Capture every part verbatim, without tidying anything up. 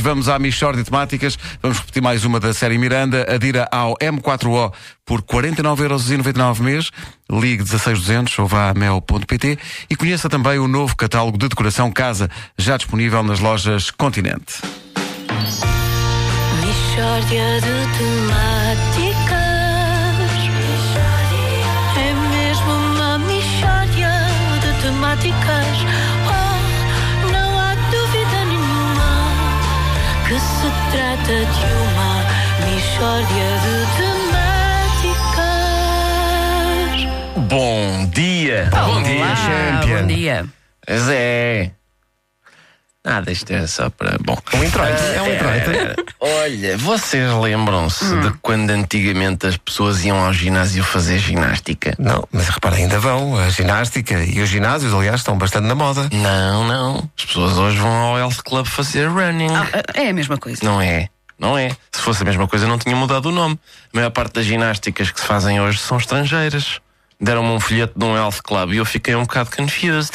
vamos à Mixórdia de Temáticas. Vamos repetir mais uma da série Miranda. Adira ao M quatro O por quarenta e nove euros e noventa e nove mês. Ligue dezasseis duzentos ou vá a mel ponto pt e conheça também o novo catálogo de decoração casa, já disponível nas lojas Continente. Mixórdia de temáticas. É mesmo uma mixórdia de temáticas. Oh, não há dúvida nenhuma que se trata de uma mixórdia de temáticas. Bom dia! Olá, bom dia, Champion! Bom dia. Pois é. Nada, isto é só para. Bom. Um introito. É um introito. É, olha, vocês lembram-se Hum. de quando antigamente as pessoas iam ao ginásio fazer ginástica? Não, mas repara, ainda vão. A ginástica e os ginásios, aliás, estão bastante na moda. Não, não. As pessoas hoje vão ao Health Club fazer running. Ah, é a mesma coisa. Não é? Não é? Se fosse a mesma coisa, não tinha mudado o nome. A maior parte das ginásticas que se fazem hoje são estrangeiras. Deram-me um folheto de um Health Club e eu fiquei um bocado confused.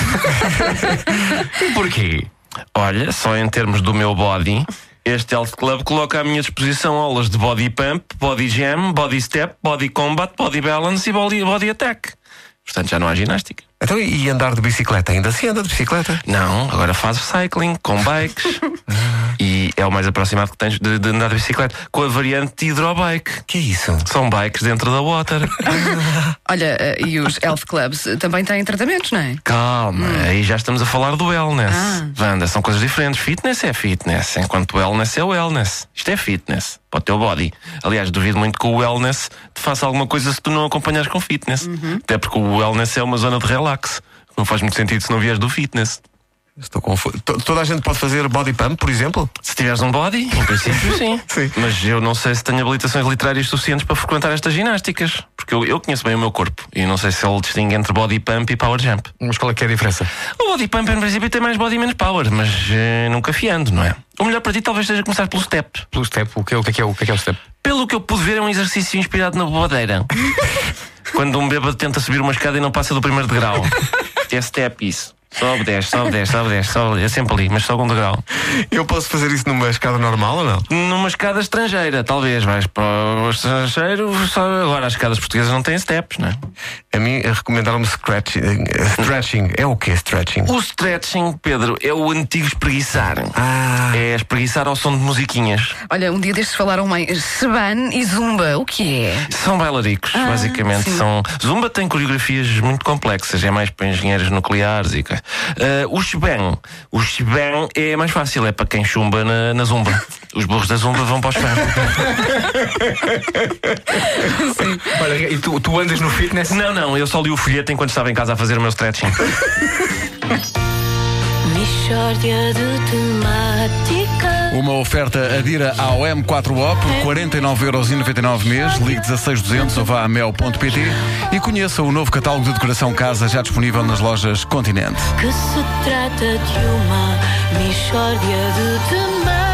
Porquê? Olha, só em termos do meu body, este Health Club coloca à minha disposição aulas de body pump, body jam, body step, body combat, body balance e body, body attack. Portanto, já não há ginástica. Então, e andar de bicicleta? Ainda se anda de bicicleta? Não, agora faço cycling com bikes. E é o mais aproximado que tens de, de andar de bicicleta, com a variante de hidrobike. Que é isso? São bikes dentro da water. Olha, eh, e os health clubs eh, também têm tratamentos, não é? Calma, aí já estamos a falar do wellness. Ah. Wanda, são coisas diferentes. Fitness é fitness, enquanto wellness é wellness. Isto é fitness, para o teu body. Aliás, duvido muito que o wellness te faça alguma coisa se tu não acompanhares com fitness. Até porque o wellness é uma zona de relax. Não faz muito sentido se não vieres do fitness. Estou confuso. T- Toda a gente pode fazer body pump, por exemplo? Se tiveres um body, em princípio sim. Sim. Mas eu não sei se tenho habilitações literárias suficientes para frequentar estas ginásticas. Porque eu, eu conheço bem o meu corpo e não sei se ele distingue entre body pump e power jump. Mas qual é que é a diferença? O body pump, em princípio, tem mais body e menos power, mas eh, nunca fiando, não é? O melhor para ti talvez seja começar pelo step. Pelo step, o que é o, que é, que é, o, que é, que é o step? Pelo que eu pude ver, é um exercício inspirado na bobadeira. Quando um bêbado tenta subir uma escada e não passa do primeiro degrau. É step isso. Sobe, desce, sobe, desce, sobe, desce, sobe, é sempre ali, mas só um degrau. Eu posso fazer isso numa escada normal ou não? Numa escada estrangeira, talvez. Vais para o estrangeiro, só... agora as escadas portuguesas não têm steps, não é? A mim recomendaram-me stretching. Stretching. É o que stretching? O stretching, Pedro, é o antigo espreguiçar. Ah. É espreguiçar ao som de musiquinhas. Olha, um dia destes falaram mais Seban e Zumba. O que é? São bailaricos, Ah, basicamente. sim. São... Zumba tem coreografias muito complexas, é mais para engenheiros nucleares e coisa. Uh, o Shebang. O Shebang é mais fácil, é para quem chumba na, na Zumba. Os burros da Zumba vão para o Shebang. Olha, e tu, tu andas no fitness? Não, não, eu só li o folheto enquanto estava em casa a fazer o meu stretching. Mixórdia de temáticas. Uma oferta Adira ao M quatro O por quarenta e nove euros e noventa e nove mês. Ligue dezasseis duzentos ou vá a mel ponto pt e conheça o novo catálogo de decoração casa, já disponível nas lojas Continente. Que se trata de uma mixórdia de temáticas.